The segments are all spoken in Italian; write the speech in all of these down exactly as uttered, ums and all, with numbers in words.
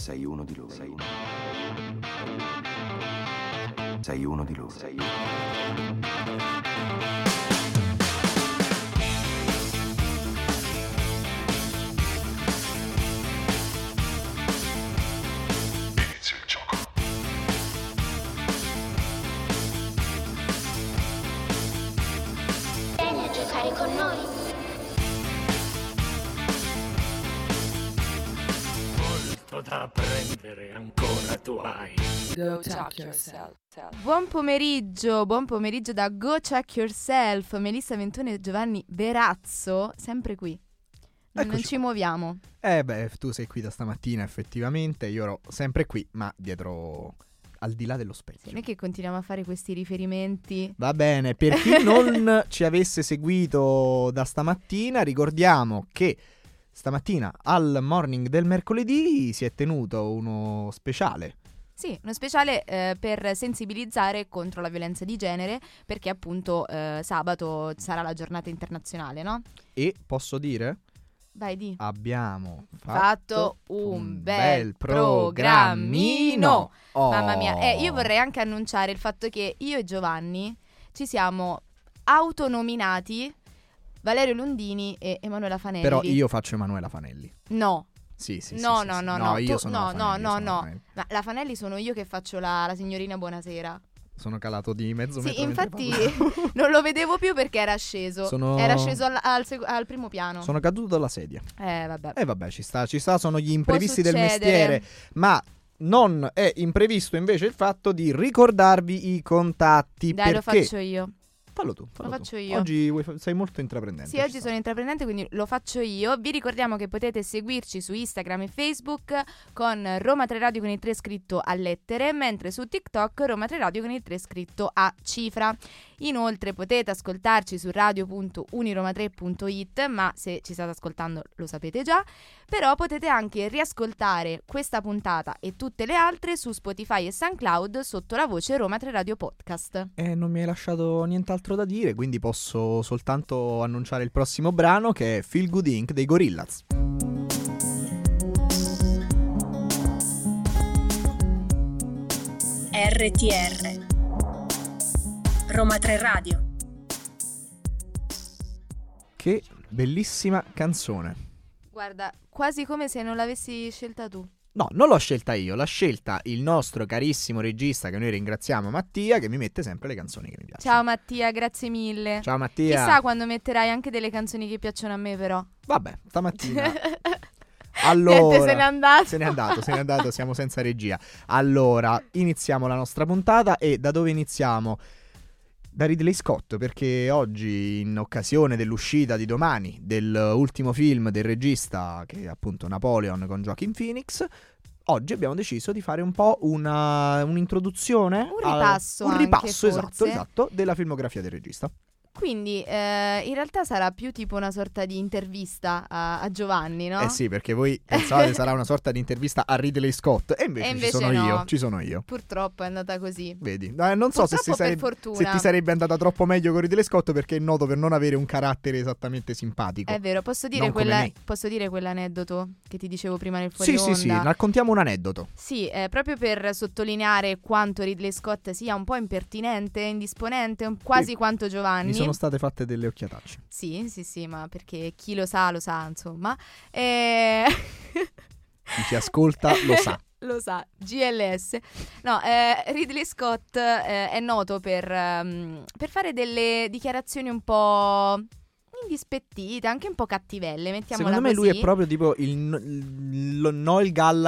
Sei uno di loro. Sei uno. Sei uno di loro. Sei uno. Inizia il gioco. Vieni a giocare con noi. Molto da apprendere ancora tu hai. Go talk yourself. Buon pomeriggio, buon pomeriggio da Go Check Yourself, Melissa Ventone e Giovanni Verazzo, sempre qui. Non, non ci muoviamo. Eh beh, tu sei qui da stamattina effettivamente, io ero sempre qui, ma dietro, al di là dello specchio. Sì, noi che continuiamo a fare questi riferimenti. Va bene, per chi non ci avesse seguito da stamattina, ricordiamo che stamattina al morning del mercoledì si è tenuto uno speciale. Sì, uno speciale eh, per sensibilizzare contro la violenza di genere, perché appunto eh, sabato sarà la giornata internazionale, no? E posso dire? Vai, di. Abbiamo fatto, Fatto un bel programmino. Oh. Mamma mia, eh, io vorrei anche annunciare il fatto che io e Giovanni ci siamo autonominati Valerio Lundini e Emanuela Fanelli. Però io faccio Emanuela Fanelli. No. Sì, sì, no, sì, no, sì, no, sì. no, io tu- sono no, la no, Fanelli, no, sono la no. Fanelli. Ma la Fanelli sono io che faccio la, la signorina Buonasera. Sono calato di mezzo metro. Sì, mentre infatti parlo. non lo vedevo più perché era sceso. Sono- Era sceso al, al sec- al primo piano. Sono caduto dalla sedia. Eh, vabbè. E vabbè, ci sta, ci sta, sono gli imprevisti del succedere. mestiere. Ma non è imprevisto invece il fatto di ricordarvi i contatti. Dai, lo perché... faccio io. Fallo tu, fallo Lo tu. faccio io. Oggi vuoi fa- sei molto intraprendente. Sì, ci oggi sta. sono intraprendente, quindi lo faccio io. Vi ricordiamo che potete seguirci su Instagram e Facebook con Roma tre Radio con il tre scritto a lettere, mentre su TikTok Roma tre Radio con il tre scritto a cifra. Inoltre potete ascoltarci su radio punto uniroma tre punto it, ma se ci state ascoltando lo sapete già. Però potete anche riascoltare questa puntata e tutte le altre su Spotify e SoundCloud sotto la voce Roma tre Radio Podcast. E non mi hai lasciato nient'altro da dire, quindi posso soltanto annunciare il prossimo brano, che è Feel Good Inc dei Gorillaz. R T R Roma tre Radio. Che bellissima canzone. Guarda, quasi come se non l'avessi scelta tu. No, non l'ho scelta io, l'ha scelta il nostro carissimo regista, che noi ringraziamo, Mattia, che mi mette sempre le canzoni che mi piacciono. Ciao Mattia, grazie mille. Ciao Mattia. Chissà quando metterai anche delle canzoni che piacciono a me, però. Vabbè, stamattina. Allora, Niente, se n'è andato. Se n'è andato, se n'è andato, siamo senza regia. Allora, iniziamo la nostra puntata e da dove iniziamo? Da Ridley Scott, perché oggi, in occasione dell'uscita di domani dell'ultimo film del regista, che è appunto Napoleon con Joaquin Phoenix, oggi abbiamo deciso di fare un po' una un'introduzione, Un ripasso al, un anche, ripasso esatto, forse. esatto, della filmografia del regista. Quindi eh, in realtà sarà più tipo una sorta di intervista a, a Giovanni, no? Eh sì, perché voi pensavate sarà una sorta di intervista a Ridley Scott, e invece, E invece ci sono no. io, ci sono io. Purtroppo è andata così. Vedi, eh, non so se, si Purtroppo per sarebbe, fortuna. se ti sarebbe andata troppo meglio con Ridley Scott, perché è noto per non avere un carattere esattamente simpatico. È vero, posso dire, Non come quella, me. posso dire quell'aneddoto che ti dicevo prima nel fuori Sì, sì, sì, onda? raccontiamo un aneddoto. Sì, eh, proprio per sottolineare quanto Ridley Scott sia un po' impertinente, indisponente, un- quasi Sì. quanto Giovanni. Mi sono state fatte delle occhiatacce. Sì, sì, sì, ma perché chi lo sa, lo sa, insomma. E... Chi ci ascolta lo sa. Lo sa, G L S. No, eh, Ridley Scott eh, è noto per, ehm, per fare delle dichiarazioni un po' indispettite, anche un po' cattivelle, mettiamola Secondo me così. lui è proprio tipo il, il Noel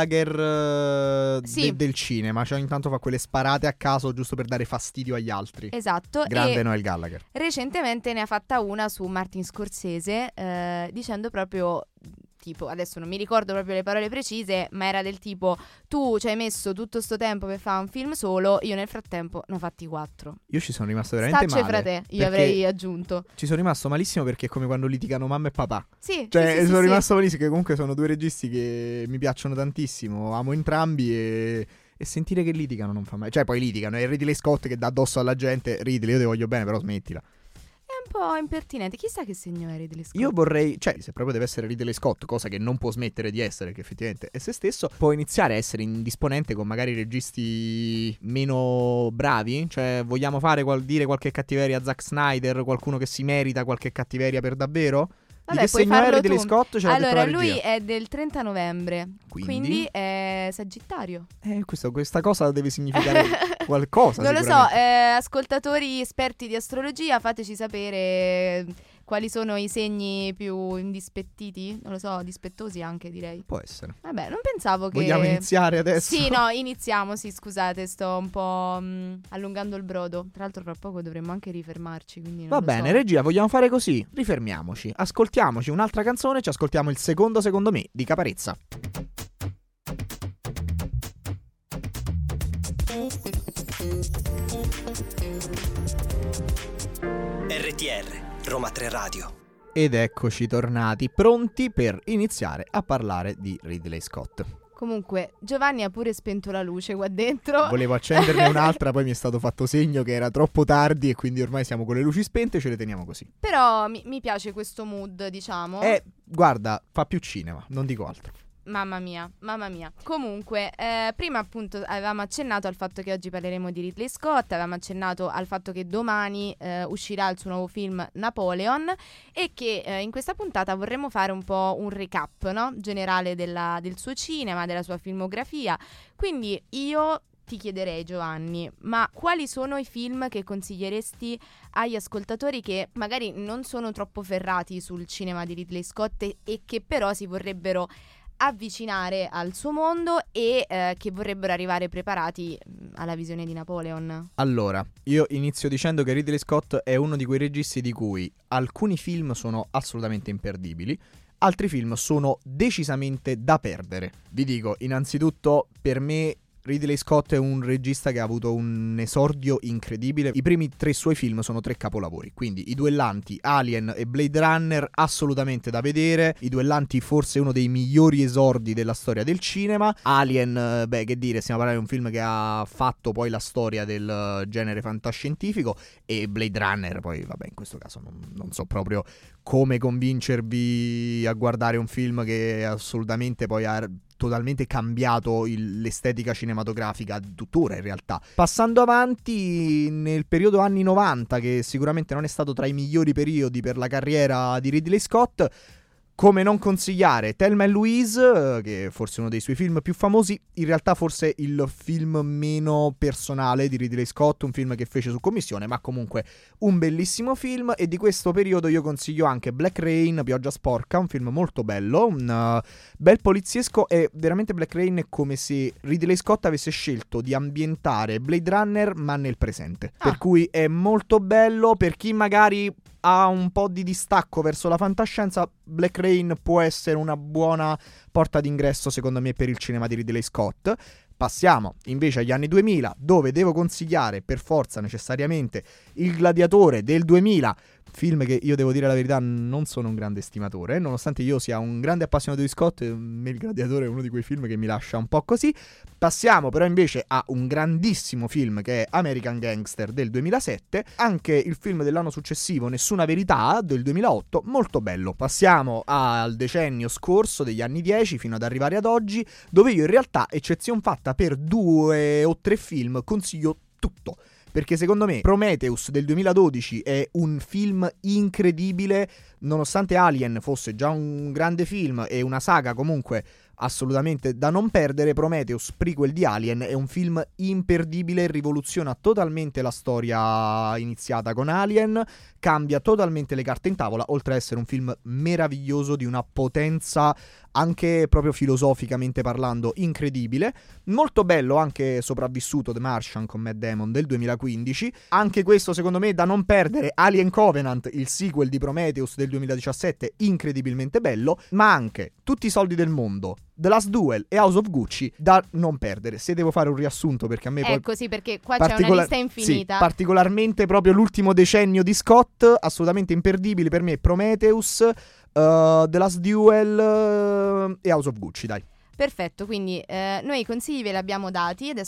Gallagher eh, Sì. de- del cinema. Cioè ogni tanto fa quelle sparate a caso giusto per dare fastidio agli altri. Esatto. Grande e Noel Gallagher. recentemente ne ha fatta una su Martin Scorsese, eh, dicendo proprio... tipo, adesso non mi ricordo proprio le parole precise, ma era del tipo: tu ci hai messo tutto sto tempo per fare un film solo, io nel frattempo ne ho fatti quattro. Io ci sono rimasto veramente Stacce male. fra te, io perché avrei aggiunto. Ci sono rimasto malissimo perché è come quando litigano mamma e papà. Sì, Cioè sì, sì, sono sì, rimasto malissimo, che comunque sono due registi che mi piacciono tantissimo, amo entrambi e... E sentire che litigano non fa mai. Cioè poi litigano, è Ridley Scott che dà addosso alla gente. Ridley, io ti voglio bene, però smettila. È un un po' impertinente. Chissà che segno è Ridley Scott. Io vorrei, cioè, se proprio deve essere Ridley Scott, cosa che non può smettere di essere, che effettivamente è se stesso, può iniziare a essere indisponente con magari registi meno bravi. Cioè, vogliamo fare qual- dire qualche cattiveria a Zack Snyder, qualcuno che si merita qualche cattiveria per davvero? Vabbè, Di che puoi segno è farlo Ridley tu. Scott? Ce l'ha Allora, detto la lui regia. è del trenta novembre, Quindi? quindi è Sagittario. Eh, questo- questa cosa deve significare qualcosa. Non lo so, sicuramente. eh, ascoltatori esperti di astrologia, fateci sapere quali sono i segni più indispettiti, non lo so, dispettosi anche, direi. Può essere. Vabbè, non pensavo che... Vogliamo iniziare adesso? Sì, no, iniziamo, sì, scusate, sto un po' mh, allungando il brodo. Tra l'altro fra poco dovremmo anche rifermarci, quindi non Va lo bene, so. regia, vogliamo fare così? Rifermiamoci, ascoltiamoci un'altra canzone, ci ascoltiamo il secondo secondo me di Caparezza. R T R Roma tre Radio. Ed eccoci tornati, pronti per iniziare a parlare di Ridley Scott. Comunque, Giovanni ha pure spento la luce qua dentro. Volevo accenderne un'altra, poi mi è stato fatto segno che era troppo tardi e quindi ormai siamo con le luci spente e ce le teniamo così. Però mi, mi piace questo mood, diciamo. Eh, guarda, fa più cinema, non dico altro. Mamma mia, mamma mia. Comunque, eh, prima appunto avevamo accennato al fatto che oggi parleremo di Ridley Scott, avevamo accennato al fatto che domani eh, uscirà il suo nuovo film Napoleon e che eh, in questa puntata vorremmo fare un po' un recap, no? Generale della, del suo cinema, della sua filmografia. Quindi io ti chiederei, Giovanni, ma quali sono i film che consiglieresti agli ascoltatori che magari non sono troppo ferrati sul cinema di Ridley Scott e, e che però si vorrebbero avvicinare al suo mondo e eh, che vorrebbero arrivare preparati mh, alla visione di Napoleon? Allora, io inizio dicendo che Ridley Scott è uno di quei registi di cui alcuni film sono assolutamente imperdibili, altri film sono decisamente da perdere. Vi dico, innanzitutto, per me Ridley Scott è un regista che ha avuto un esordio incredibile. I primi tre suoi film sono tre capolavori, quindi I Duellanti, Alien e Blade Runner assolutamente da vedere. I Duellanti forse uno dei migliori esordi della storia del cinema. Alien, beh, che dire, stiamo parlando di un film che ha fatto poi la storia del genere fantascientifico, e Blade Runner poi, vabbè, in questo caso non, non so proprio come convincervi a guardare un film che assolutamente poi ha totalmente cambiato il, l'estetica cinematografica tuttora in realtà. Passando avanti, nel periodo anni novanta, che sicuramente non è stato tra i migliori periodi per la carriera di Ridley Scott, come non consigliare Thelma e Louise, che è forse uno dei suoi film più famosi, in realtà forse il film meno personale di Ridley Scott, un film che fece su commissione, ma comunque un bellissimo film. E di questo periodo io consiglio anche Black Rain, Pioggia sporca, un film molto bello, un uh, bel poliziesco. E veramente Black Rain è come se Ridley Scott avesse scelto di ambientare Blade Runner ma nel presente, ah. Per cui è molto bello. Per chi magari ha un po' di distacco verso la fantascienza, Black Rain può essere una buona porta d'ingresso secondo me per il cinema di Ridley Scott. Passiamo invece agli anni duemila, dove devo consigliare per forza necessariamente Il Gladiatore del duemila, film che io devo dire la verità non sono un grande estimatore, nonostante io sia un grande appassionato di Scott. Me Il Gladiatore è uno di quei film che mi lascia un po' così. Passiamo però invece a un grandissimo film che è American Gangster del duemilasette, anche il film dell'anno successivo Nessuna Verità del duemilaotto, molto bello. Passiamo al decennio scorso, degli anni dieci fino ad arrivare ad oggi, dove io in realtà, eccezion fatta per due o tre film, consiglio tutto. Perché secondo me Prometheus del duemiladodici è un film incredibile, nonostante Alien fosse già un grande film e una saga comunque assolutamente da non perdere. Prometheus, prequel di Alien, è un film imperdibile, rivoluziona totalmente la storia iniziata con Alien, cambia totalmente le carte in tavola, oltre a essere un film meraviglioso di una potenza anche proprio filosoficamente parlando incredibile. Molto bello anche Sopravvissuto, The Martian con Matt Damon del duemilaquindici, anche questo secondo me da non perdere. Alien Covenant, il sequel di Prometheus del duemiladiciassette, incredibilmente bello, ma anche Tutti i soldi del mondo, The Last Duel e House of Gucci da non perdere. Se devo fare un riassunto, perché a me ecco poi sì, perché qua c'è una lista infinita. Sì, particolarmente proprio l'ultimo decennio di Scott, assolutamente imperdibili per me: Prometheus, uh, The Last Duel uh, e House of Gucci, dai. Perfetto, quindi eh, noi i consigli ve li abbiamo dati, adesso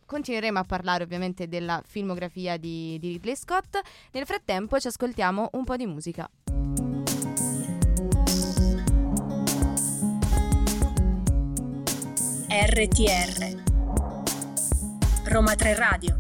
continueremo a parlare ovviamente della filmografia di, di Ridley Scott. Nel frattempo ci ascoltiamo un po' di musica. R T R Roma tre Radio.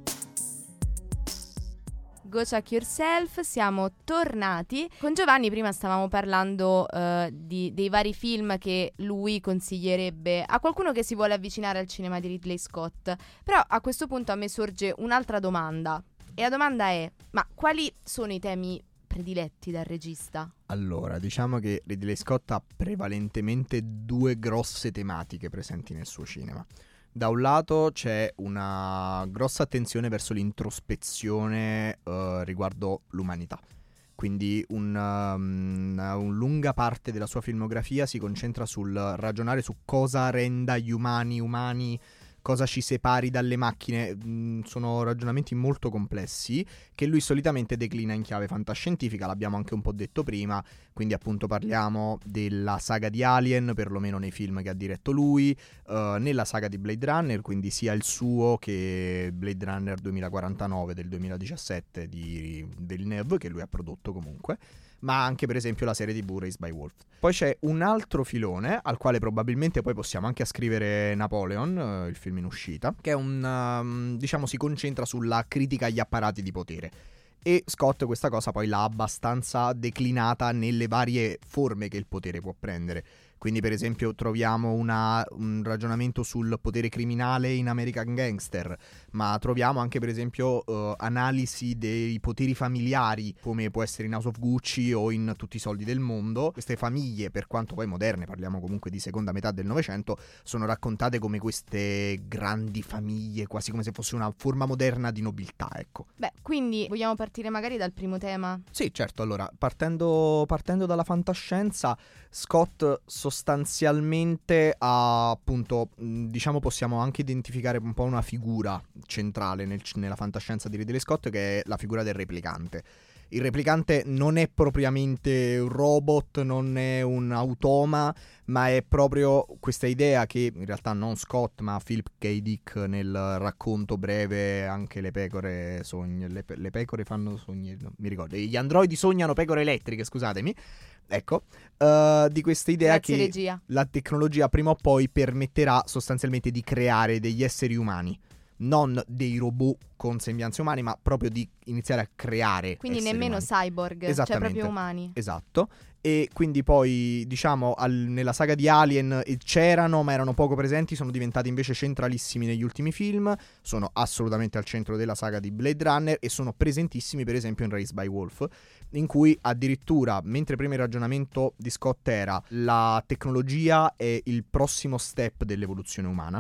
Go Check Yourself, siamo tornati. Con Giovanni prima stavamo parlando uh, di, dei vari film che lui consiglierebbe a qualcuno che si vuole avvicinare al cinema di Ridley Scott. Però a questo punto a me sorge un'altra domanda. E la domanda è: ma quali sono i temi prediletti dal regista? Allora, diciamo che Ridley Scott ha prevalentemente due grosse tematiche presenti nel suo cinema. Da un lato c'è una grossa attenzione verso l'introspezione uh, riguardo l'umanità. Quindi una, una, una lunga parte della sua filmografia si concentra sul ragionare su cosa renda gli umani umani, cosa ci separi dalle macchine. Mm, sono ragionamenti molto complessi che lui solitamente declina in chiave fantascientifica, l'abbiamo anche un po' detto prima, quindi appunto parliamo della saga di Alien, perlomeno nei film che ha diretto lui, uh, nella saga di Blade Runner, quindi sia il suo che Blade Runner duemilaquarantanove del duemiladiciassette di Villeneuve, che lui ha prodotto comunque, ma anche per esempio la serie tivù Raised by Wolves. Poi c'è un altro filone al quale probabilmente poi possiamo anche ascrivere Napoleon, eh, il film in uscita, che è un um, diciamo si concentra sulla critica agli apparati di potere. E Scott questa cosa poi l'ha abbastanza declinata nelle varie forme che il potere può prendere. Quindi per esempio troviamo una, un ragionamento sul potere criminale in American Gangster, ma troviamo anche per esempio uh, analisi dei poteri familiari, come può essere in House of Gucci o in Tutti i soldi del mondo. Queste famiglie, per quanto poi moderne, parliamo comunque di seconda metà del Novecento, sono raccontate come queste grandi famiglie, quasi come se fosse una forma moderna di nobiltà, ecco. Beh, quindi vogliamo partire magari dal primo tema? Sì, certo. Allora, partendo, partendo dalla fantascienza, Scott sostanzialmente ha appunto, diciamo, possiamo anche identificare un po' una figura centrale nel, nella fantascienza di Ridley Scott, che è la figura del replicante. Il replicante non è propriamente un robot, non è un automa, ma è proprio questa idea che in realtà non Scott ma Philip K. Dick nel racconto breve Anche le pecore sogn le, le pecore fanno sogni, no, mi ricordo, gli androidi sognano pecore elettriche, scusatemi. Ecco, uh, di questa idea Grazie, che regia. La tecnologia prima o poi permetterà sostanzialmente di creare degli esseri umani, non dei robot con sembianze umane, ma proprio di iniziare a creare. Quindi esseri nemmeno umani. cyborg, cioè Esattamente. proprio umani. Esatto. E quindi poi, diciamo, al, nella saga di Alien c'erano, ma erano poco presenti, sono diventati invece centralissimi negli ultimi film, sono assolutamente al centro della saga di Blade Runner e sono presentissimi per esempio in Raised by Wolves, in cui addirittura, mentre prima il ragionamento di Scott era la tecnologia è il prossimo step dell'evoluzione umana,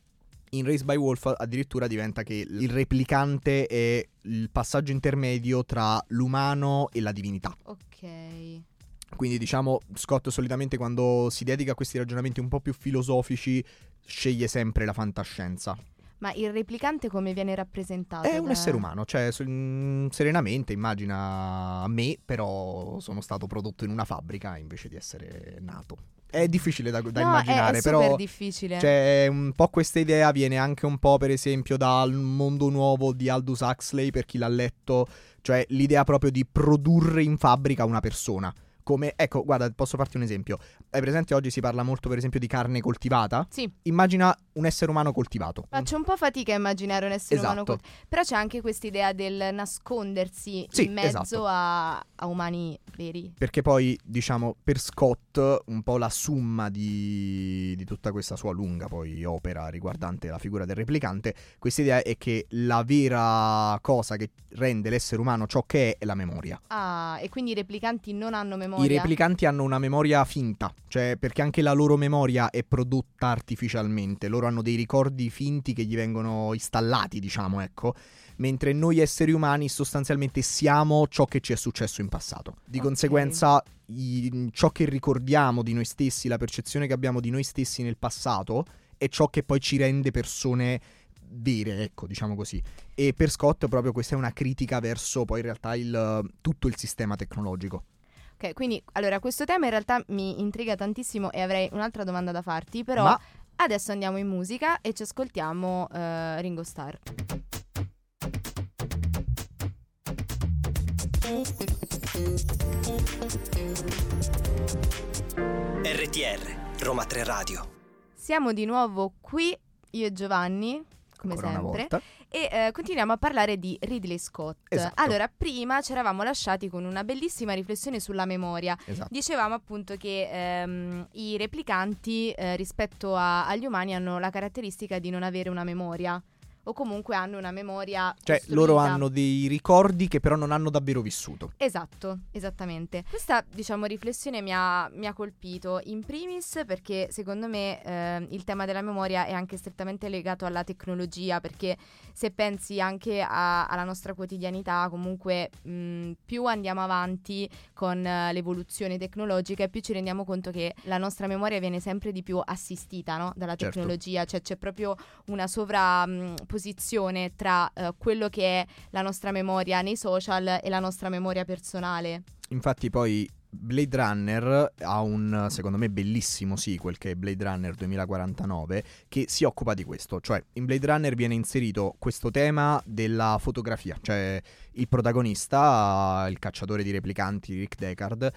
in Raised by Wolf addirittura diventa che il replicante è il passaggio intermedio tra l'umano e la divinità. Ok. Quindi diciamo Scott solitamente quando si dedica a questi ragionamenti un po' più filosofici sceglie sempre la fantascienza. Ma il replicante come viene rappresentato? È un da... essere umano, cioè mm, serenamente immagina me, però sono stato prodotto in una fabbrica invece di essere nato. È difficile da, da no, immaginare, è, è però super difficile. Cioè un po' questa idea viene anche un po' per esempio dal Mondo Nuovo di Aldous Huxley, per chi l'ha letto, cioè l'idea proprio di produrre in fabbrica una persona. Come, ecco, guarda, posso farti un esempio. Hai presente oggi si parla molto per esempio di carne coltivata? Sì. Immagina un essere umano coltivato. Faccio un po' fatica a immaginare un essere Esatto. umano coltivato. Però c'è anche questa idea del nascondersi Sì, in mezzo esatto. a, a umani veri. Perché poi, diciamo, per Scott un po' la summa di, di tutta questa sua lunga poi opera riguardante la figura del replicante, questa idea è che la vera cosa che rende l'essere umano ciò che è è la memoria. Ah, e quindi i replicanti non hanno memoria? I replicanti hanno una memoria finta, cioè perché anche la loro memoria è prodotta artificialmente, loro hanno dei ricordi finti che gli vengono installati, diciamo, ecco, mentre noi esseri umani sostanzialmente siamo ciò che ci è successo in passato. Di Ok. conseguenza i, ciò che ricordiamo di noi stessi, la percezione che abbiamo di noi stessi nel passato è ciò che poi ci rende persone vere, ecco, diciamo così. E per Scott proprio questa è una critica verso poi in realtà il, tutto il sistema tecnologico. Ok, quindi allora questo tema in realtà mi intriga tantissimo e avrei un'altra domanda da farti, però Ma Adesso andiamo in musica e ci ascoltiamo uh, Ringo Starr. R T R, Roma tre Radio. Siamo di nuovo qui, io e Giovanni, come Ancora una sempre, volta. e eh, continuiamo a parlare di Ridley Scott. Esatto. Allora, prima ci eravamo lasciati con una bellissima riflessione sulla memoria. Esatto. Dicevamo appunto che ehm, i replicanti eh, rispetto a- agli umani hanno la caratteristica di non avere una memoria, o comunque hanno una memoria Cioè, costruita. loro hanno dei ricordi che però non hanno davvero vissuto. Esatto, esattamente. Questa, diciamo, riflessione mi ha, mi ha colpito in primis perché secondo me eh, il tema della memoria è anche strettamente legato alla tecnologia, perché se pensi anche a- alla nostra quotidianità, comunque mh, più andiamo avanti con eh, l'evoluzione tecnologica e più ci rendiamo conto che la nostra memoria viene sempre di più assistita, no? Dalla Certo. tecnologia, cioè c'è proprio una sovrapposizione tra eh, quello che è la nostra memoria nei social e la nostra memoria personale. Infatti poi Blade Runner ha un, secondo me, bellissimo sequel che è Blade Runner duemilaquarantanove, che si occupa di questo. Cioè, in Blade Runner viene inserito questo tema della fotografia. Cioè, il protagonista, il cacciatore di replicanti Rick Deckard,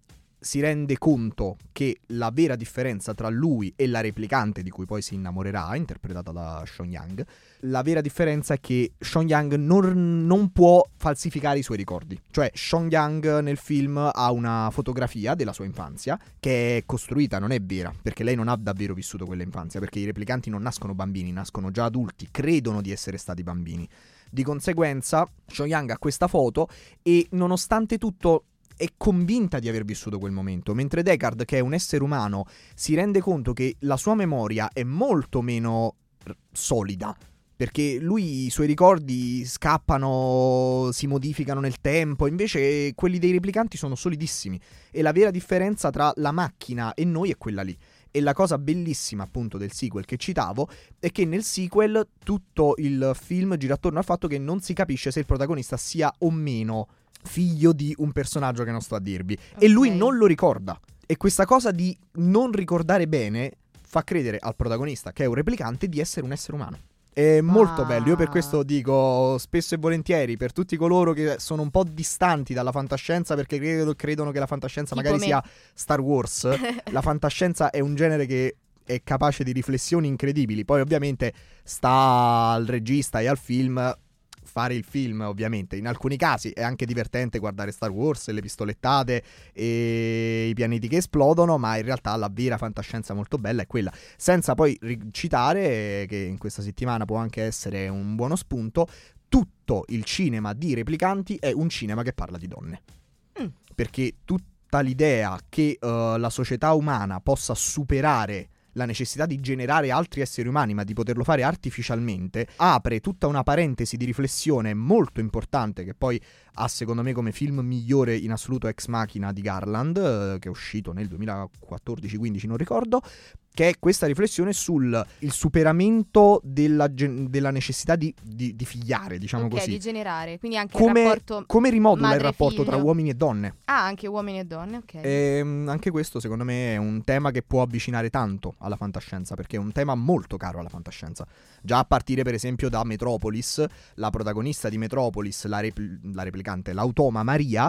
si rende conto che la vera differenza tra lui e la replicante di cui poi si innamorerà, interpretata da Sean Young, la vera differenza è che Sean Young non, non può falsificare i suoi ricordi. Cioè, Sean Young nel film ha una fotografia della sua infanzia che è costruita, non è vera, perché lei non ha davvero vissuto quella infanzia, perché i replicanti non nascono bambini, nascono già adulti, credono di essere stati bambini. Di conseguenza, Sean Young ha questa foto e nonostante tutto è convinta di aver vissuto quel momento, mentre Deckard, che è un essere umano, si rende conto che la sua memoria è molto meno r- solida, perché lui, i suoi ricordi scappano, si modificano nel tempo, invece quelli dei replicanti sono solidissimi, e la vera differenza tra la macchina e noi è quella lì. E la cosa bellissima appunto del sequel che citavo è che nel sequel tutto il film gira attorno al fatto che non si capisce se il protagonista sia o meno figlio di un personaggio che non sto a dirvi. Ok. E lui non lo ricorda. E questa cosa di non ricordare bene fa credere al protagonista, che è un replicante, di essere un essere umano. È molto bello. Io per questo dico spesso e volentieri, per tutti coloro che sono un po' distanti dalla fantascienza, perché credo, credono che la fantascienza Tipo magari me. sia Star Wars. La fantascienza è un genere che è capace di riflessioni incredibili. Poi ovviamente sta al regista e al film fare il film, ovviamente. In alcuni casi è anche divertente guardare Star Wars, le pistolettate e i pianeti che esplodono, ma in realtà la vera fantascienza molto bella è quella. Senza poi citare, che in questa settimana può anche essere un buono spunto, tutto il cinema di Replicanti è un cinema che parla di donne. Mm. Perché tutta l'idea che uh, la società umana possa superare la necessità di generare altri esseri umani, ma di poterlo fare artificialmente, apre tutta una parentesi di riflessione molto importante, che poi ha secondo me come film migliore in assoluto Ex Machina di Garland, eh, che è uscito nel duemilaquattordici quindici, non ricordo, che è questa riflessione sul il superamento della, gen- della necessità di, di, di figliare, diciamo Ok, così. di generare, quindi anche Come, il rapporto come rimodula il rapporto madre-figlio. tra uomini e donne. Ah, anche uomini e donne, ok. E mh, anche questo secondo me è un tema che può avvicinare tanto alla fantascienza, perché è un tema molto caro alla fantascienza. Già a partire per esempio da Metropolis, la protagonista di Metropolis, la, repl- la replicante, l'automa Maria,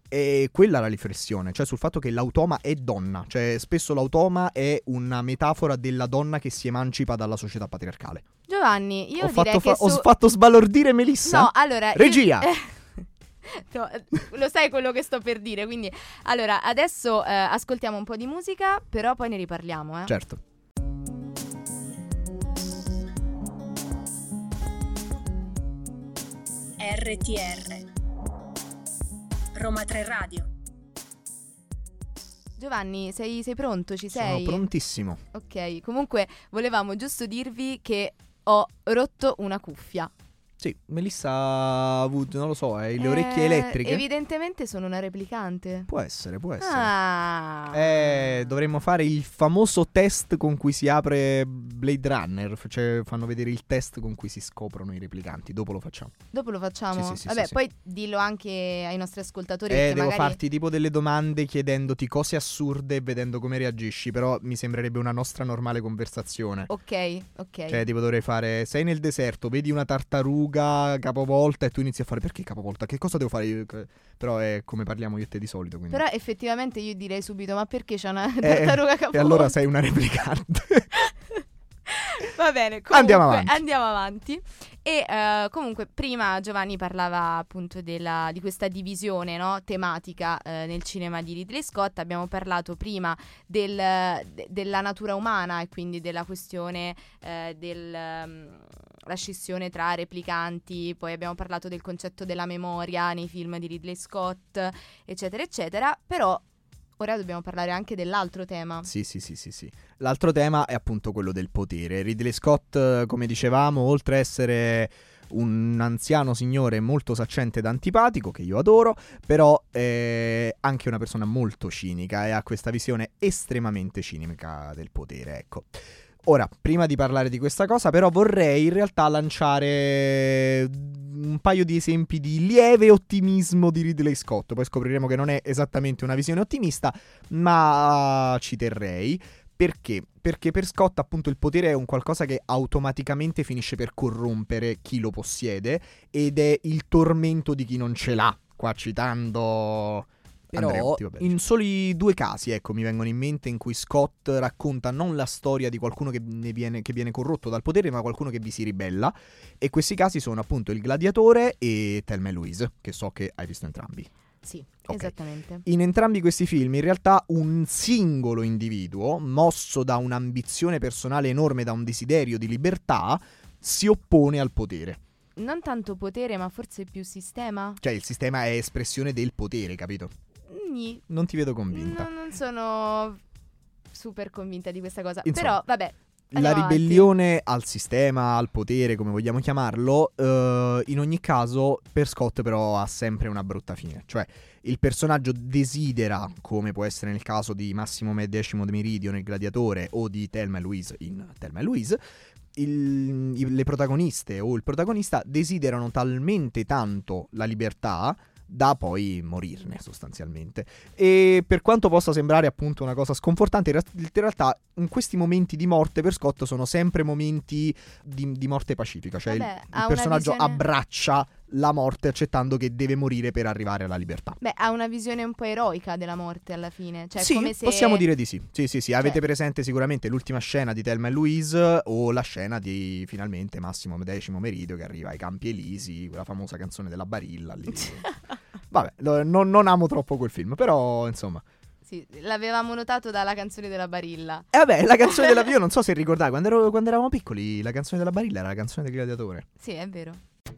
e quella la riflessione, cioè sul fatto che l'automa è donna. Cioè spesso l'automa è una metafora della donna che si emancipa dalla società patriarcale. Giovanni, io Ho direi fatto, che fa- su... ho fatto sbalordire Melissa? No, allora... Regia! io- No, lo sai quello che sto per dire, quindi... Allora, adesso eh, ascoltiamo un po' di musica, però poi ne riparliamo, eh. Certo. R T R Roma tre Radio. Giovanni, sei, sei pronto? Ci sei? Sono prontissimo. Ok, comunque volevamo giusto dirvi che ho rotto una cuffia. Sì, Melissa ha avuto, non lo so, eh, le Eh, orecchie elettriche. Evidentemente sono una replicante. Può essere, può essere. Ah. Eh, dovremmo fare il famoso test con cui si apre Blade Runner. F- Cioè, fanno vedere il test con cui si scoprono i replicanti. Dopo lo facciamo. Dopo lo facciamo. Sì, sì, sì, Vabbè, sì, sì. poi dillo anche ai nostri ascoltatori. Eh, perché devo magari... farti tipo delle domande chiedendoti cose assurde e vedendo come reagisci. Però mi sembrerebbe una nostra normale conversazione. Ok, ok. Cioè, tipo dovrei fare: sei nel deserto, vedi una tartaruga capovolta e tu inizi a fare: perché capovolta? Che cosa devo fare io? Però è come parliamo io e te di solito, quindi. Però effettivamente io direi subito: ma perché c'è una Eh, tartaruga capovolta? E allora sei una replicante. Va bene, comunque Andiamo avanti. andiamo avanti. E eh, comunque prima Giovanni parlava appunto della, di questa divisione, no, tematica eh, nel cinema di Ridley Scott. Abbiamo parlato prima del, de- della natura umana e quindi della questione eh, della scissione tra replicanti. Poi abbiamo parlato del concetto della memoria nei film di Ridley Scott, eccetera eccetera. Però ora dobbiamo parlare anche dell'altro tema. Sì, sì, sì, sì, sì. L'altro tema è appunto quello del potere. Ridley Scott, eh, come dicevamo, oltre a essere un anziano signore molto saccente ed antipatico, che io adoro, però è anche una persona molto cinica e ha questa visione estremamente cinica del potere, ecco. Ora, prima di parlare di questa cosa, però vorrei in realtà lanciare un paio di esempi di lieve ottimismo di Ridley Scott. Poi scopriremo che non è esattamente una visione ottimista, ma ci terrei. Perché? Perché per Scott appunto il potere è un qualcosa che automaticamente finisce per corrompere chi lo possiede ed è il tormento di chi non ce l'ha. Qua citando... Però Andreotti, vabbè, in soli due casi, ecco, mi vengono in mente in cui Scott racconta non la storia di qualcuno che, ne viene, che viene corrotto dal potere, ma qualcuno che vi si ribella. E questi casi sono appunto Il Gladiatore e Thelma e Louise, che so che hai visto entrambi. Sì, Ok. esattamente. In entrambi questi film in realtà un singolo individuo, mosso da un'ambizione personale enorme, da un desiderio di libertà, si oppone al potere. Non tanto potere, ma forse più sistema. Cioè il sistema è espressione del potere, capito? Gni. Non ti vedo convinta. No, non sono super convinta di questa cosa. Insomma, Però, vabbè. La andiamo avanti. ribellione al sistema, al potere, come vogliamo chiamarlo, eh, in ogni caso per Scott però ha sempre una brutta fine. Cioè il personaggio desidera, come può essere nel caso di Massimo Decimo de Meridio nel Gladiatore o di Thelma e Louise in Thelma e Louise, il, il- le protagoniste o il protagonista desiderano talmente tanto la libertà da poi morirne sostanzialmente. E per quanto possa sembrare appunto una cosa sconfortante, in ra- in realtà in questi momenti di morte per Scott sono sempre momenti di, di morte pacifica. Cioè Vabbè, il, ha il una personaggio visione- abbraccia la morte accettando che deve morire per arrivare alla libertà. Beh, ha una visione un po' eroica della morte alla fine. Cioè, sì, come se... possiamo dire di sì. Sì, sì, sì. Avete Cioè- presente sicuramente l'ultima scena di Thelma e Louise o la scena di finalmente Massimo Decimo Meridio che arriva ai Campi Elisi, quella famosa canzone della Barilla lì. Vabbè, lo- non, non amo troppo quel film, però insomma. Sì, l'avevamo notato dalla canzone della Barilla. E vabbè, la canzone della... Io non so se ricordai, quando, ero- quando eravamo piccoli, la canzone della Barilla era la canzone del Gladiatore. Sì, è vero.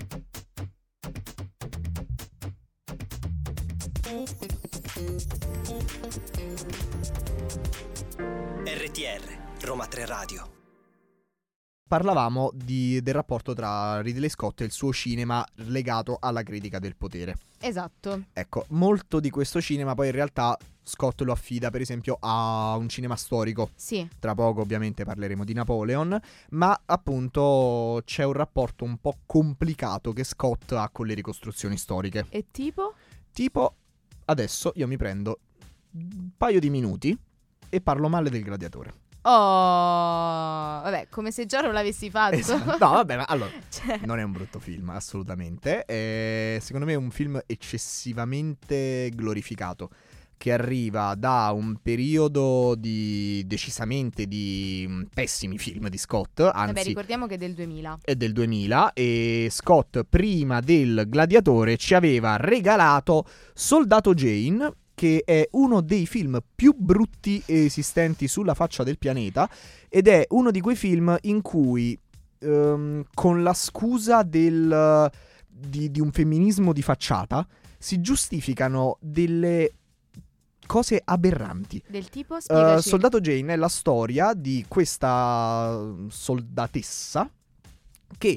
R T R, Roma tre Radio. Parlavamo di- del rapporto tra Ridley Scott e il suo cinema legato alla critica del potere. Esatto. Ecco, molto di questo cinema poi in realtà Scott lo affida per esempio a un cinema storico. Sì. Tra poco ovviamente parleremo di Napoleon, ma appunto c'è un rapporto un po' complicato che Scott ha con le ricostruzioni storiche. E tipo? Tipo, adesso io mi prendo un paio di minuti e parlo male del Gladiatore. Oh, vabbè, come se già non l'avessi fatto. Esatto. No, vabbè, ma allora, Cioè, non è un brutto film, assolutamente. Eh, secondo me è un film eccessivamente glorificato, che arriva da un periodo di decisamente di mh, pessimi film di Scott, vabbè, anzi ricordiamo che è del duemila. è del duemila, e Scott prima del Gladiatore ci aveva regalato Soldato Jane, che è uno dei film più brutti esistenti sulla faccia del pianeta ed è uno di quei film in cui ehm, con la scusa del, di, di un femminismo di facciata si giustificano delle cose aberranti. Del tipo? Uh, Spiegaci. Soldato Jane è la storia di questa soldatessa che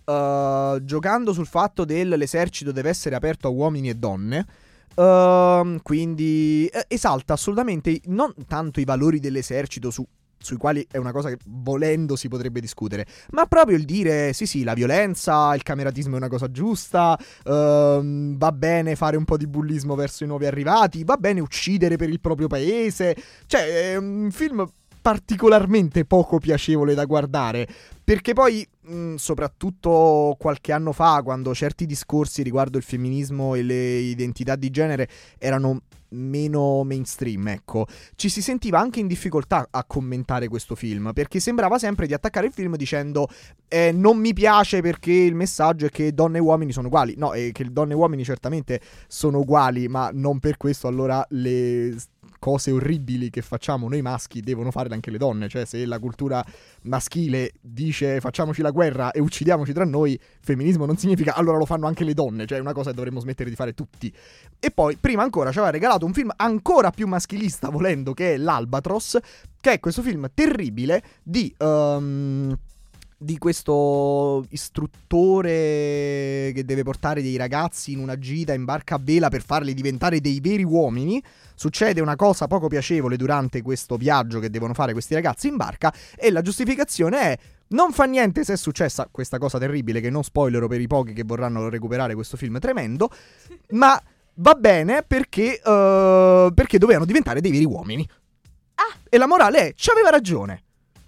uh, giocando sul fatto del l'esercito deve essere aperto a uomini e donne. Uh, quindi eh, esalta assolutamente non tanto i valori dell'esercito su sui quali è una cosa che volendo si potrebbe discutere, ma proprio il dire sì sì la violenza, il cameratismo è una cosa giusta, ehm, va bene fare un po' di bullismo verso i nuovi arrivati, va bene uccidere per il proprio paese, cioè è un film particolarmente poco piacevole da guardare, perché poi mh, soprattutto qualche anno fa, quando certi discorsi riguardo il femminismo e le identità di genere erano meno mainstream, ecco, ci si sentiva anche in difficoltà a commentare questo film, perché sembrava sempre di attaccare il film dicendo eh, non mi piace perché il messaggio è che donne e uomini sono uguali. No, è che donne e uomini certamente sono uguali, ma non per questo allora le cose orribili che facciamo noi maschi devono farle anche le donne. Cioè, se la cultura maschile dice facciamoci la guerra e uccidiamoci tra noi, femminismo non significa allora lo fanno anche le donne, cioè è una cosa che dovremmo smettere di fare tutti. E poi prima ancora ci aveva regalato un film ancora più maschilista, volendo, che è l'Albatros, che è questo film terribile di um, di questo istruttore che deve portare dei ragazzi in una gita in barca a vela per farli diventare dei veri uomini. Succede una cosa poco piacevole durante questo viaggio che devono fare questi ragazzi in barca, e la giustificazione è: non fa niente se è successa questa cosa terribile, che non spoilerò per i pochi che vorranno recuperare questo film tremendo, ma va bene perché uh, perché dovevano diventare dei veri uomini. Ah. E la morale è: c'aveva ragione.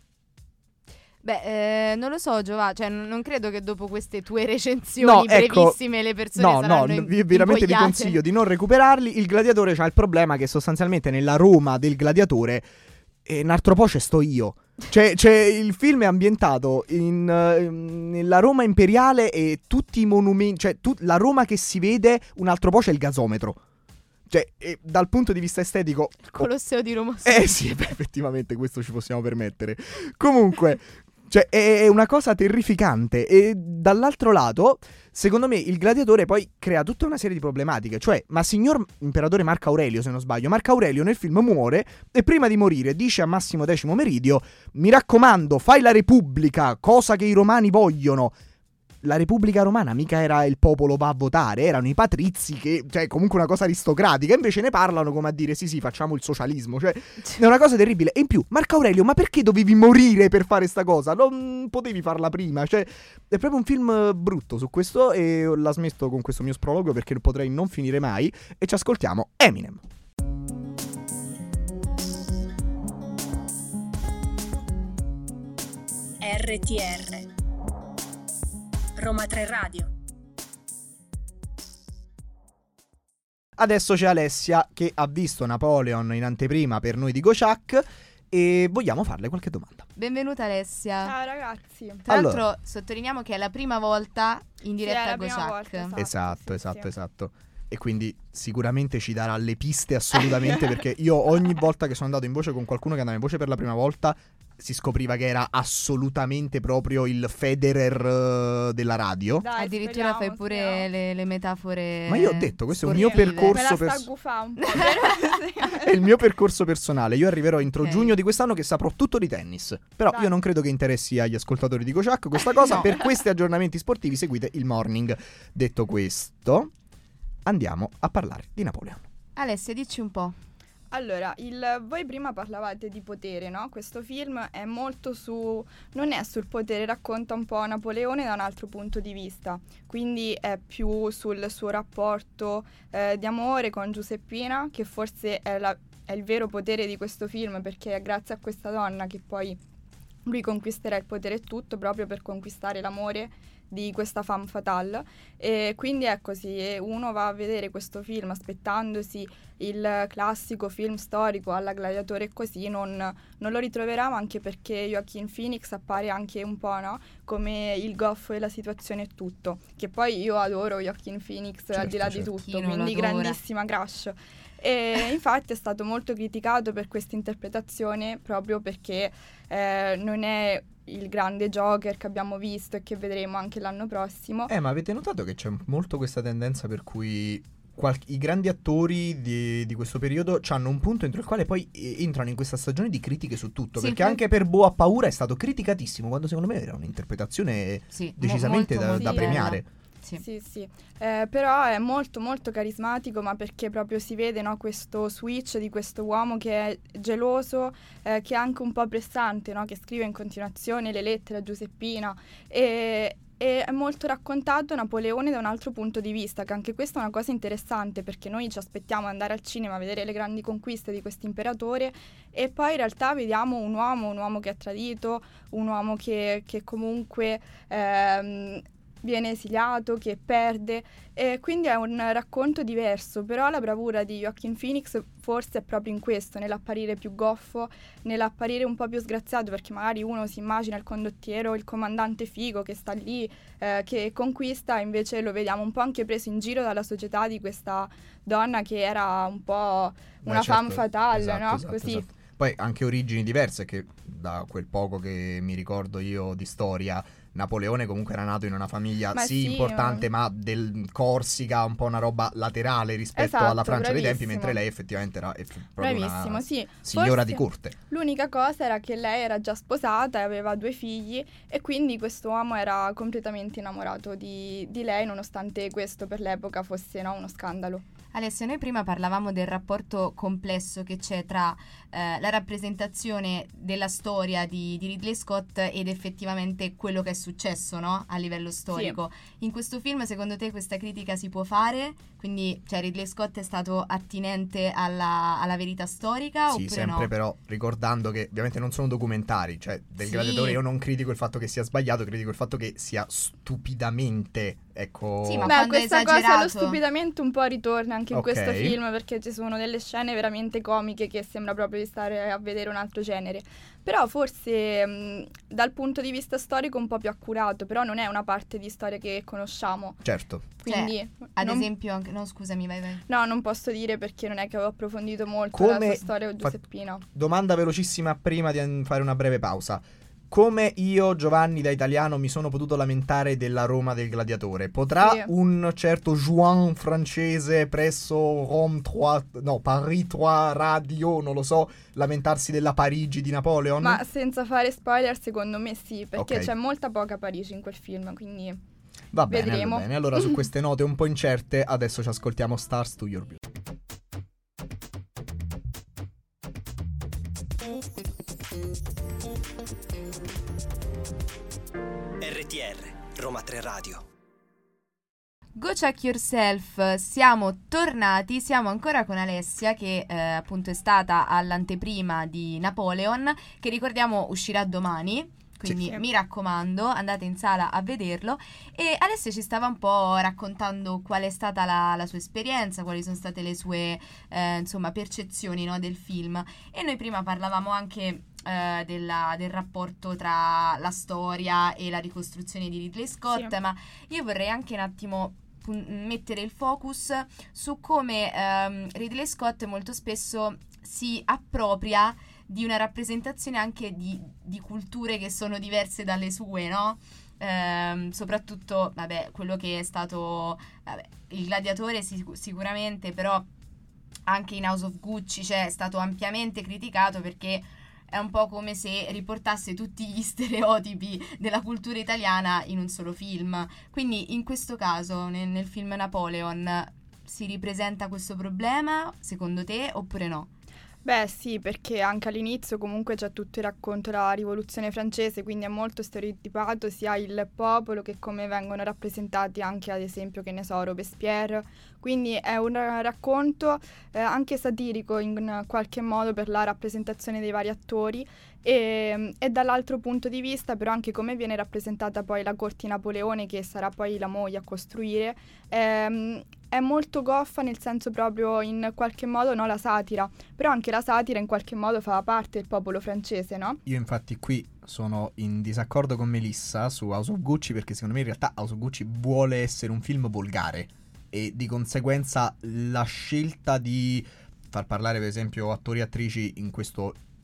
Beh, eh, non lo so, Giova, cioè n- non credo che dopo queste tue recensioni No, ecco, brevissime le persone no, saranno no, in- vi- veramente vi invogliate. consiglio di non recuperarli. Il Gladiatore c'ha il problema che sostanzialmente nella Roma del Gladiatore eh, un altro po' c'è sto io. Cioè, cioè, il film è ambientato in, uh, nella Roma imperiale e tutti i monumenti, cioè tu- la Roma che si vede, un altro po' c'è il gasometro. Cioè, e dal punto di vista estetico... Il Colosseo di Roma. Eh sì, beh, effettivamente questo ci possiamo permettere. Comunque, cioè, è una cosa terrificante. E dall'altro lato, secondo me, il Gladiatore poi crea tutta una serie di problematiche. Cioè, ma signor imperatore Marco Aurelio, se non sbaglio, Marco Aurelio nel film muore e prima di morire dice a Massimo Decimo Meridio: mi raccomando, fai la Repubblica, cosa che i romani vogliono. La Repubblica Romana mica era il popolo va a votare, erano i patrizi, che, cioè, comunque una cosa aristocratica. Invece ne parlano come a dire sì sì, facciamo il socialismo. Cioè, è una cosa terribile. E in più, Marco Aurelio, ma perché dovevi morire per fare sta cosa? Non potevi farla prima. Cioè, è proprio un film brutto su questo, e l'ha smesso con questo mio sprologo perché potrei non finire mai. E ci ascoltiamo Eminem. R T R Roma tre Radio. Adesso c'è Alessia che ha visto Napoleon in anteprima per noi di Gociac e vogliamo farle qualche domanda. Benvenuta Alessia. Ciao ragazzi. Tra Allora. l'altro sottolineiamo che è la prima volta in diretta Sì, è a la prima Gociac. volta, esatto. Esatto, sì, esatto, sì. esatto. E quindi sicuramente ci darà le piste assolutamente, perché io ogni volta che sono andato in voce con qualcuno che andava in voce per la prima volta si scopriva che era assolutamente proprio il Federer uh, della radio. Dai, Addirittura speriamo, fai pure speriamo. le, le metafore. Ma io ho detto, questo è un mio sportive. percorso Me la sta pers- gufà un po'. È il mio percorso personale. Io arriverò entro Ok. giugno di quest'anno che saprò tutto di tennis. Però Dai. io non credo che interessi agli ascoltatori di Gociac questa cosa. No. Per questi aggiornamenti sportivi seguite il morning. Detto questo, andiamo a parlare di Napoleon. Alessia, dici un po'. Allora, il, voi prima parlavate di potere, no? Questo film è molto su... non è sul potere, racconta un po' Napoleone da un altro punto di vista. Quindi è più sul suo rapporto eh, di amore con Giuseppina, che forse è, la, è il vero potere di questo film, perché è grazie a questa donna che poi lui conquisterà il potere e tutto, proprio per conquistare l'amore di questa femme fatale. E quindi è così, e uno va a vedere questo film aspettandosi il classico film storico alla Gladiatore, e così non, non lo ritroverà, ma anche perché Joaquin Phoenix appare anche un po', no? Come il goffo della situazione e tutto, che poi io adoro Joaquin Phoenix, Certo, al di là certo. di tutto, Chi non quindi lo adora? grandissima crush. E infatti è stato molto criticato per questa interpretazione, proprio perché eh, non è il grande Joker che abbiamo visto e che vedremo anche l'anno prossimo. Eh, ma avete notato che c'è molto questa tendenza per cui qual- i grandi attori di, di questo periodo hanno un punto entro il quale poi eh, entrano in questa stagione di critiche su tutto. Sì, perché poi- anche per Bo ha paura è stato criticatissimo, quando secondo me era un'interpretazione Sì, decisamente mo- da, molto, da molto premiare. bella. Sì. Sì, sì, Eh, però è molto molto carismatico, ma perché proprio si vede, no, questo switch di questo uomo che è geloso, eh, che è anche un po' pressante, no, che scrive in continuazione le lettere a Giuseppina e, e è molto raccontato Napoleone da un altro punto di vista, che anche questa è una cosa interessante perché noi ci aspettiamo di andare al cinema a vedere le grandi conquiste di questo imperatore e poi in realtà vediamo un uomo, un uomo che è tradito, un uomo che, che comunque... Ehm, viene esiliato, che perde e quindi è un racconto diverso, però la bravura di Joaquin Phoenix forse è proprio in questo, nell'apparire più goffo, nell'apparire un po' più sgraziato, perché magari uno si immagina il condottiero, il comandante figo che sta lì, eh, che conquista, invece lo vediamo un po' anche preso in giro dalla società di questa donna che era un po' una Beh, certo, femme fatale, esatto, no? esatto, Così. esatto. Poi anche origini diverse, che da quel poco che mi ricordo io di storia, Napoleone comunque era nato in una famiglia Ma sì, sì, importante, ma- ma del Corsica, un po' una roba laterale rispetto Esatto, alla Francia dei tempi, bravissimo. mentre lei effettivamente era eff- proprio Bravissimo, una sì. signora Forse di corte. L'unica cosa era che lei era già sposata e aveva due figli e quindi questo uomo era completamente innamorato di, di lei, nonostante questo per l'epoca fosse, no, uno scandalo. Alessia, noi prima parlavamo del rapporto complesso che c'è tra eh, la rappresentazione della storia di, di Ridley Scott ed effettivamente quello che è successo, no? A livello storico. In questo film, secondo te, questa critica si può fare? Quindi, cioè, Ridley Scott è stato attinente alla, alla verità storica Sì, oppure sempre no? però ricordando che ovviamente non sono documentari, cioè del Sì. gladiatore io non critico il fatto che sia sbagliato, critico il fatto che sia stupidamente, ecco... Sì, ma Beh, quando è questa cosa esagerato- allo stupidamente un po' ritorna anche in Ok. questo film perché ci sono delle scene veramente comiche che sembra proprio di stare a vedere un altro genere. Però forse mh, dal punto di vista storico un po' più accurato, però non è una parte di storia che conosciamo. Certo. Quindi Cioè, ad non- esempio, anche... no, scusami, vai, vai. No, non posso dire perché non è che ho approfondito molto Come la sua storia con fa- Giuseppina. Domanda velocissima prima di an- fare una breve pausa. Come io, Giovanni, da italiano, mi sono potuto lamentare della Roma del gladiatore, potrà Sì. un certo Juan francese presso Rome tre, no, Paris tre Radio, non lo so, lamentarsi della Parigi di Napoleon? Ma senza fare spoiler, secondo me sì, perché Ok. c'è molta poca Parigi in quel film, quindi Va bene, vedremo. va bene. Allora, su queste note un po' incerte, adesso ci ascoltiamo Stars to Your Beauty. R T R, Roma tre Radio. Go Check Yourself, siamo tornati, siamo ancora con Alessia che eh, appunto è stata all'anteprima di Napoleon, che ricordiamo uscirà domani, quindi Sì. mi raccomando andate in sala a vederlo. E Alessia ci stava un po' raccontando qual è stata la, la sua esperienza, quali sono state le sue eh, insomma percezioni, no, del film, e noi prima parlavamo anche eh, della- del rapporto tra la storia e la ricostruzione di Ridley Scott, Sì. ma io vorrei anche un attimo pun- mettere il focus su come ehm, Ridley Scott molto spesso si appropria di una rappresentazione anche di, di culture che sono diverse dalle sue, no? Ehm, soprattutto, vabbè, quello che è stato vabbè, il gladiatore sic- sicuramente, però anche in House of Gucci, cioè, è stato ampiamente criticato perché è un po' come se riportasse tutti gli stereotipi della cultura italiana in un solo film. Quindi in questo caso, nel, nel film Napoleon, si ripresenta questo problema, secondo te, oppure no? Beh sì, perché anche all'inizio comunque c'è tutto il racconto della rivoluzione francese, quindi è molto stereotipato sia il popolo che come vengono rappresentati anche ad esempio, che ne so, Robespierre, quindi è un racconto eh, anche satirico in qualche modo per la rappresentazione dei vari attori e, e dall'altro punto di vista però anche come viene rappresentata poi la corte di Napoleone, che sarà poi la moglie a costruire, ehm, è molto goffa nel senso proprio in qualche modo, no, la satira, però anche la satira in qualche modo fa parte del popolo francese, no? Io infatti qui sono in disaccordo con Melissa su House of Gucci, perché secondo me in realtà House of Gucci vuole essere un film volgare e di conseguenza la scelta di far parlare per esempio attori e attrici in questo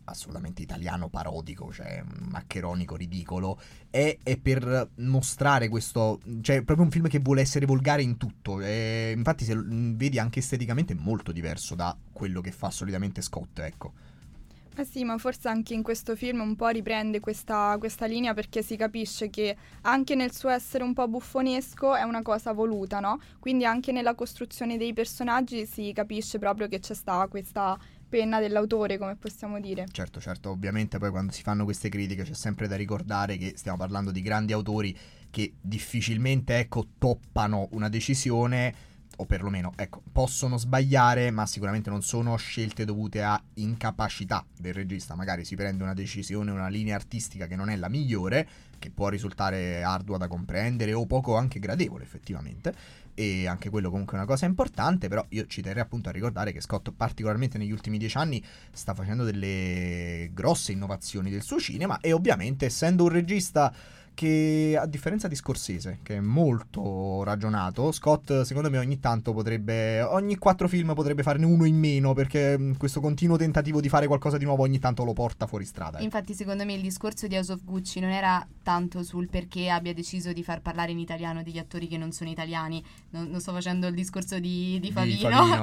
assolutamente italiano parodico, cioè maccheronico, ridicolo, è, è per mostrare questo, cioè proprio un film che vuole essere volgare in tutto, e infatti se lo, vedi anche esteticamente è molto diverso da quello che fa solitamente Scott, ecco. Eh sì, ma forse anche in questo film un po' riprende questa, questa linea, perché si capisce che anche nel suo essere un po' buffonesco è una cosa voluta, no? Quindi anche nella costruzione dei personaggi si capisce proprio che c'è sta questa penna dell'autore, come possiamo dire. Certo, certo, ovviamente poi quando si fanno queste critiche c'è sempre da ricordare che stiamo parlando di grandi autori che difficilmente, ecco, toppano una decisione, o perlomeno, ecco, possono sbagliare, ma sicuramente non sono scelte dovute a incapacità del regista. Magari si prende una decisione, una linea artistica che non è la migliore, che può risultare ardua da comprendere o poco anche gradevole effettivamente, e anche quello comunque è una cosa importante. Però io ci terrei appunto a ricordare che Scott, particolarmente negli ultimi dieci anni, sta facendo delle grosse innovazioni del suo cinema, e ovviamente essendo un regista che, a differenza di Scorsese, che è molto ragionato, Scott secondo me ogni tanto potrebbe, ogni quattro film potrebbe farne uno in meno, perché mh, questo continuo tentativo di fare qualcosa di nuovo ogni tanto lo porta fuori strada. Eh. Infatti secondo me il discorso di House of Gucci non era tanto sul perché abbia deciso di far parlare in italiano degli attori che non sono italiani, non, non sto facendo il discorso di, di Favino, di Favino.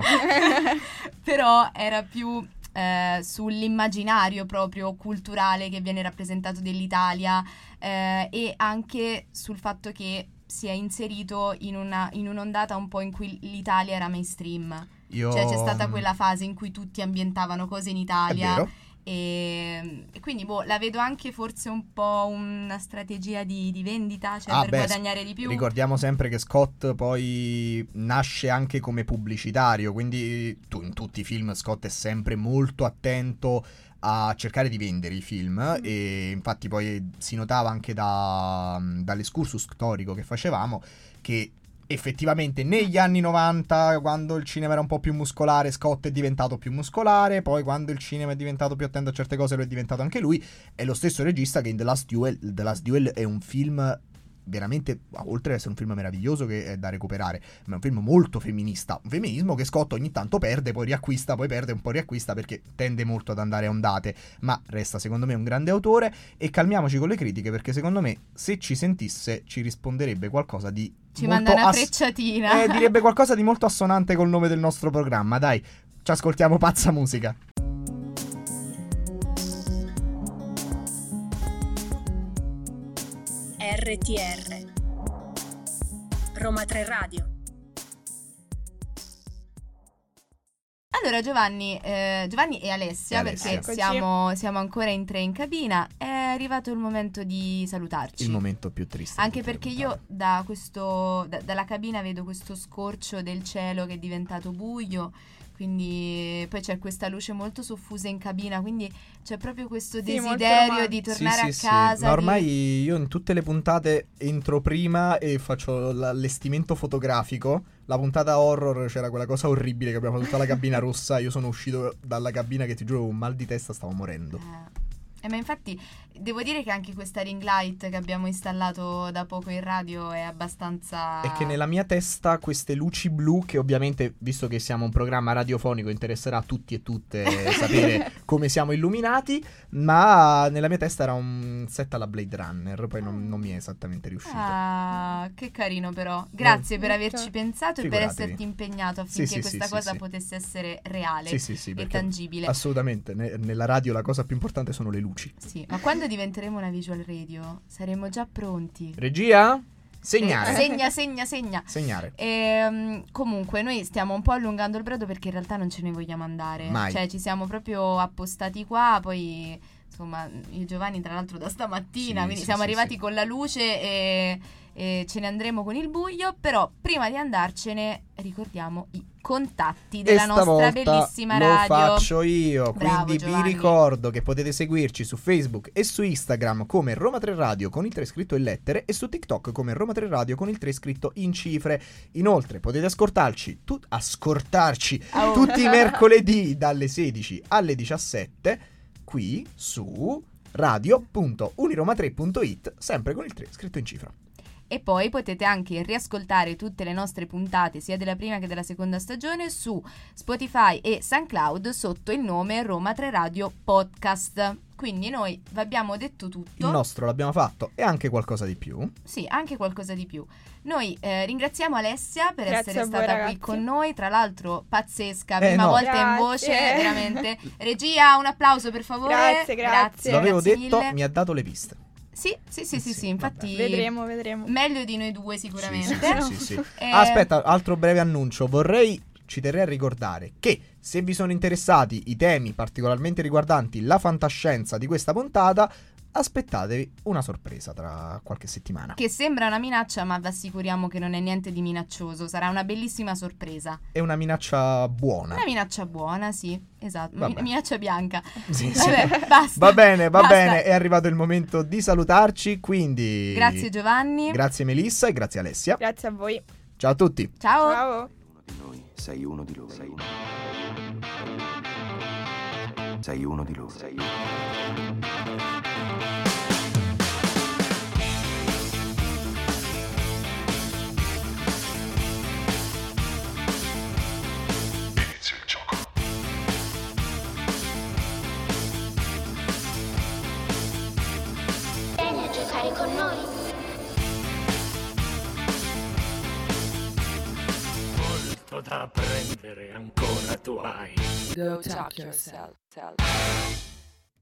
Però era più eh, sull'immaginario proprio culturale che viene rappresentato dell'Italia, eh, e anche sul fatto che si è inserito in, una, in un'ondata un po' in cui l'Italia era mainstream. Io... Cioè c'è stata quella fase in cui tutti ambientavano cose in Italia. E, e quindi boh, la vedo anche forse un po' una strategia di, di vendita, cioè ah, per beh, guadagnare di più. Ricordiamo sempre che Scott poi nasce anche come pubblicitario, quindi tu, in tutti i film Scott è sempre molto attento a cercare di vendere i film, mm. e infatti poi si notava anche da, dall'escursus storico che facevamo che effettivamente negli anni novanta, quando il cinema era un po' più muscolare, Scott è diventato più muscolare, poi quando il cinema è diventato più attento a certe cose lo è diventato anche lui. È lo stesso regista che in The Last Duel, The Last Duel è un film veramente, oltre ad essere un film meraviglioso che è da recuperare, ma è un film molto femminista, un femminismo che Scott ogni tanto perde, poi riacquista, poi perde, un po' riacquista, perché tende molto ad andare a ondate, ma resta secondo me un grande autore. E calmiamoci con le critiche, perché secondo me se ci sentisse ci risponderebbe qualcosa di ci manda una ass- frecciatina eh, direbbe qualcosa di molto assonante col nome del nostro programma. Dai, ci ascoltiamo pazza musica. R T R Roma tre Radio. Allora Giovanni, eh, Giovanni e Alessia, e Alessia. perché siamo, siamo ancora in tre in cabina, è arrivato il momento di salutarci. Il momento più triste. Anche perché io da questo, da, dalla cabina vedo questo scorcio del cielo che è diventato buio, quindi poi c'è questa luce molto soffusa in cabina, quindi c'è proprio questo sì, desiderio di tornare sì, a casa. Sì. Ma ormai di... io in tutte le puntate entro prima e faccio l'allestimento fotografico. La puntata horror c'era quella cosa orribile che abbiamo tutta la cabina rossa. Io sono uscito dalla cabina che ti giuro un mal di testa, stavo morendo. Eh. Eh, ma infatti devo dire che anche questa ring light che abbiamo installato da poco in radio è abbastanza... È che nella mia testa queste luci blu, che ovviamente, visto che siamo un programma radiofonico, interesserà a tutti e tutte sapere come siamo illuminati, ma nella mia testa era un set alla Blade Runner, poi non, non mi è esattamente riuscito. Ah, che carino però. Grazie no. per averci pensato e per esserti impegnato affinché sì, sì, questa sì, cosa sì, potesse essere reale sì, sì, sì, e tangibile. Assolutamente, ne- nella radio la cosa più importante sono le luci. Sì, ma quando diventeremo una visual radio saremo già pronti. Regia? Segnare. Eh, segna, segna, segna. Segnare. E, um, comunque noi stiamo un po' allungando il brodo perché in realtà non ce ne vogliamo andare. Mai. Cioè ci siamo proprio appostati qua, poi insomma io e Giovanni tra l'altro da stamattina, sì, quindi sì, siamo sì, arrivati sì. con la luce e, e ce ne andremo con il buio, però prima di andarcene ricordiamo i contatti della e nostra bellissima lo radio. Lo faccio io. Bravo, quindi Giovanni. vi ricordo che potete seguirci su Facebook e su Instagram come Roma tre Radio con il tre scritto in lettere, e su TikTok come Roma tre Radio con il tre scritto in cifre. Inoltre potete ascoltarci tu- ascoltarci oh. tutti i mercoledì dalle sedici alle diciassette qui su radio punto uniroma tre punto it, sempre con il tre scritto in cifra. E poi potete anche riascoltare tutte le nostre puntate, sia della prima che della seconda stagione, su Spotify e SoundCloud sotto il nome Roma tre Radio Podcast. Quindi noi vi abbiamo detto tutto. Il nostro l'abbiamo fatto e anche qualcosa di più. Sì, anche qualcosa di più. Noi eh, ringraziamo Alessia per Grazie essere a voi, stata ragazzi. qui con noi, tra l'altro pazzesca, Eh, prima no. volta Grazie. in voce, veramente. Regia, un applauso per favore. Grazie, grazie. Lo avevo grazie detto, mille. mi ha dato le piste. Sì, sì, sì, sì, Sì, sì, infatti Vedremo, vedremo. meglio di noi due Sì, sicuramente. sì, sì, sì. Eh, Aspetta, altro breve annuncio. Vorrei, ci terrei a ricordare che se vi sono interessati i temi particolarmente riguardanti la fantascienza di questa puntata, aspettatevi una sorpresa tra qualche settimana. Che sembra una minaccia, ma vi assicuriamo che non è niente di minaccioso. Sarà una bellissima sorpresa. È una minaccia buona. Una minaccia buona, sì, esatto. Vabbè. Mi- minaccia bianca. Sì, sì. Vabbè, basta. Va bene, va Basta. bene, è arrivato il momento di salutarci, quindi Grazie Giovanni. grazie Melissa e grazie Alessia. Grazie a voi. Ciao a tutti. Ciao. Ciao. Di noi, sei uno di loro. Sei uno, sei uno di loro. Sei uno. Inizia il gioco. Vieni a giocare con noi. Molto da apprendere ancora tu hai. Go talk yourself.